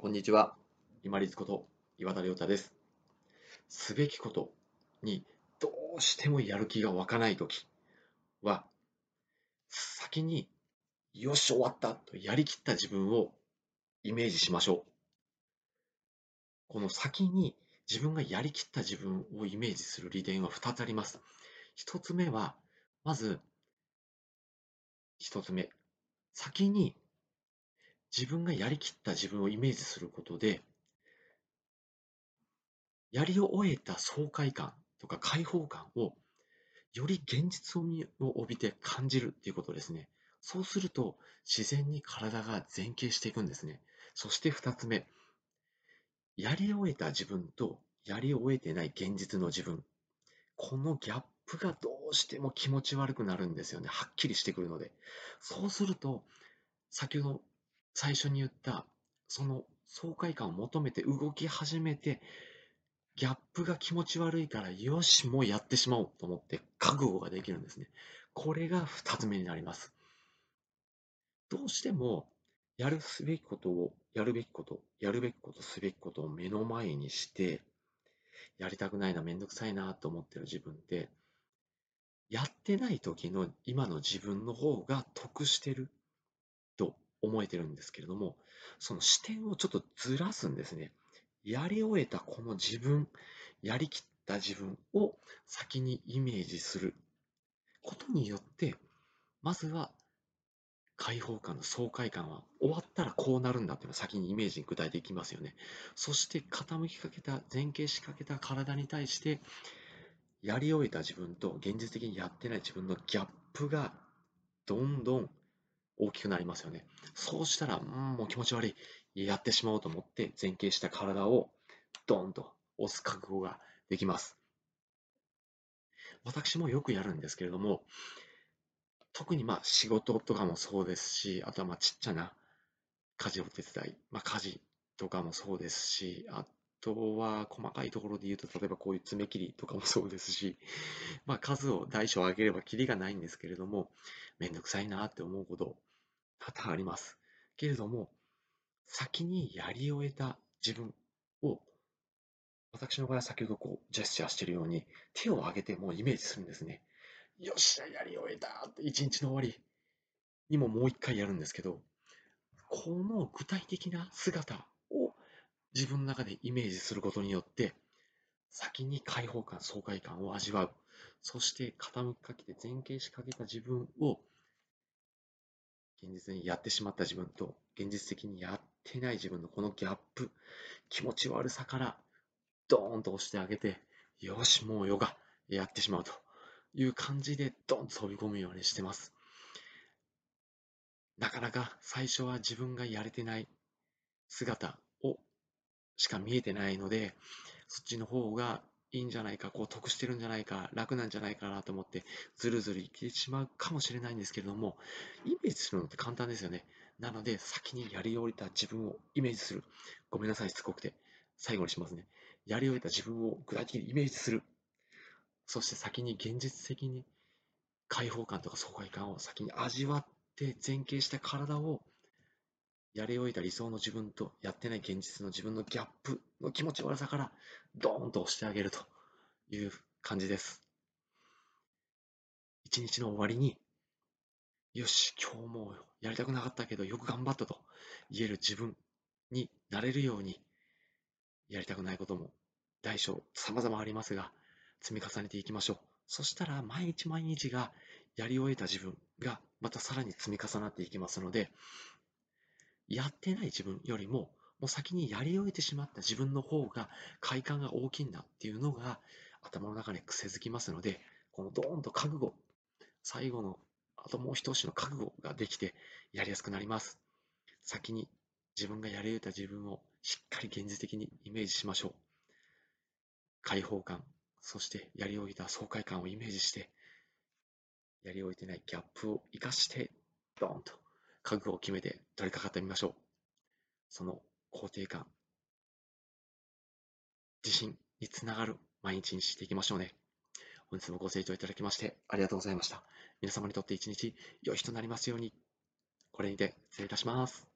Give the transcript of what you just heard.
こんにちは。今立こと岩田亮太です。すべきことにどうしてもやる気が湧かないときは、先によし終わったとやりきった自分をイメージしましょう。この先に自分がやりきった自分をイメージする利点は2つあります。1つ目は、まず1つ目、先に自分がやりきった自分をイメージすることで、やり終えた爽快感とか解放感をより現実味を帯びて感じるっていうことですね。そうすると、自然に体が前傾していくんですね。そして2つ目、やり終えた自分とやり終えてない現実の自分。このギャップがどうしても気持ち悪くなるんですよね。はっきりしてくるので。そうすると、先ほど最初に言った、その爽快感を求めて動き始めて、ギャップが気持ち悪いから、よし、もうやってしまおうと思って覚悟ができるんですね。これが2つ目になります。どうしても、やるすべきことを、やるべきこと、やるべきこと、すべきことを目の前にして、やりたくないな、めんどくさいなと思ってる自分って、やってない時の今の自分の方が得してると思えてるんですけれども、その視点をちょっとずらすんですね。やり終えたこの自分、やりきった自分を先にイメージすることによって、まずは開放感の爽快感は終わったらこうなるんだっていうのを先にイメージに具体的にきますよね。そして傾きかけた、前傾しかけた体に対して、やり終えた自分と現実的にやってない自分のギャップがどんどん大きくなりますよね。そうしたら、もう気持ち悪い。やってしまおうと思って前傾した体をドーンと押す覚悟ができます。私もよくやるんですけれども、特に仕事とかもそうですし、あとはちっちゃな家事お手伝い、家事とかもそうですし、あとは細かいところで言うと、例えばこういう爪切りとかもそうですし、数を大小上げればキリがないんですけれども、めんどくさいなって思うこと多々あります。けれども、先にやり終えた自分を、私の場合は先ほどジェスチャーしているように、手を挙げてもうイメージするんですね。よっしゃ、やり終えたって一日の終わりにもう一回やるんですけど、この具体的な姿を自分の中でイメージすることによって、先に開放感、爽快感を味わう。そして傾きかけて前傾しかけた自分を現実にやってしまった自分と現実的にやってない自分のこのギャップ、気持ち悪さからドーンと押してあげて、よし、もうヨガやってしまうという感じでドーンと飛び込むようにしてます。なかなか最初は自分がやれてない姿をしか見えてないので、そっちの方がいいんじゃないか、得してるんじゃないか、楽なんじゃないかなと思って、ずるずるいってしまうかもしれないんですけれども、イメージするのって簡単ですよね。なので、先にやり終えた自分をイメージする。ごめんなさい、しつこくて。最後にしますね。やり終えた自分を具体的にイメージする。そして先に現実的に開放感とか爽快感を先に味わって前傾した体をやり終えた理想の自分とやってない現実の自分のギャップの気持ち悪さからドーンと押してあげるという感じです。一日の終わりに、よし、今日もやりたくなかったけどよく頑張ったと言える自分になれるように、やりたくないことも大小様々ありますが、積み重ねていきましょう。そしたら毎日毎日がやり終えた自分がまたさらに積み重なっていきますので、やってない自分よりも、もう先にやり終えてしまった自分の方が快感が大きいんだっていうのが頭の中に癖づきますので、このドーンと覚悟、最後のあともう一押しの覚悟ができてやりやすくなります。先に自分がやり終えた自分をしっかり現実的にイメージしましょう。開放感、そしてやり終えた爽快感をイメージして、やり終えてないギャップを生かして、ドーンと覚悟を決めて取り掛かってみましょう。その肯定感、自信につながる毎日にしていきましょうね。本日もご清聴いただきましてありがとうございました。皆様にとって一日良い日となりますように。これにて失礼いたします。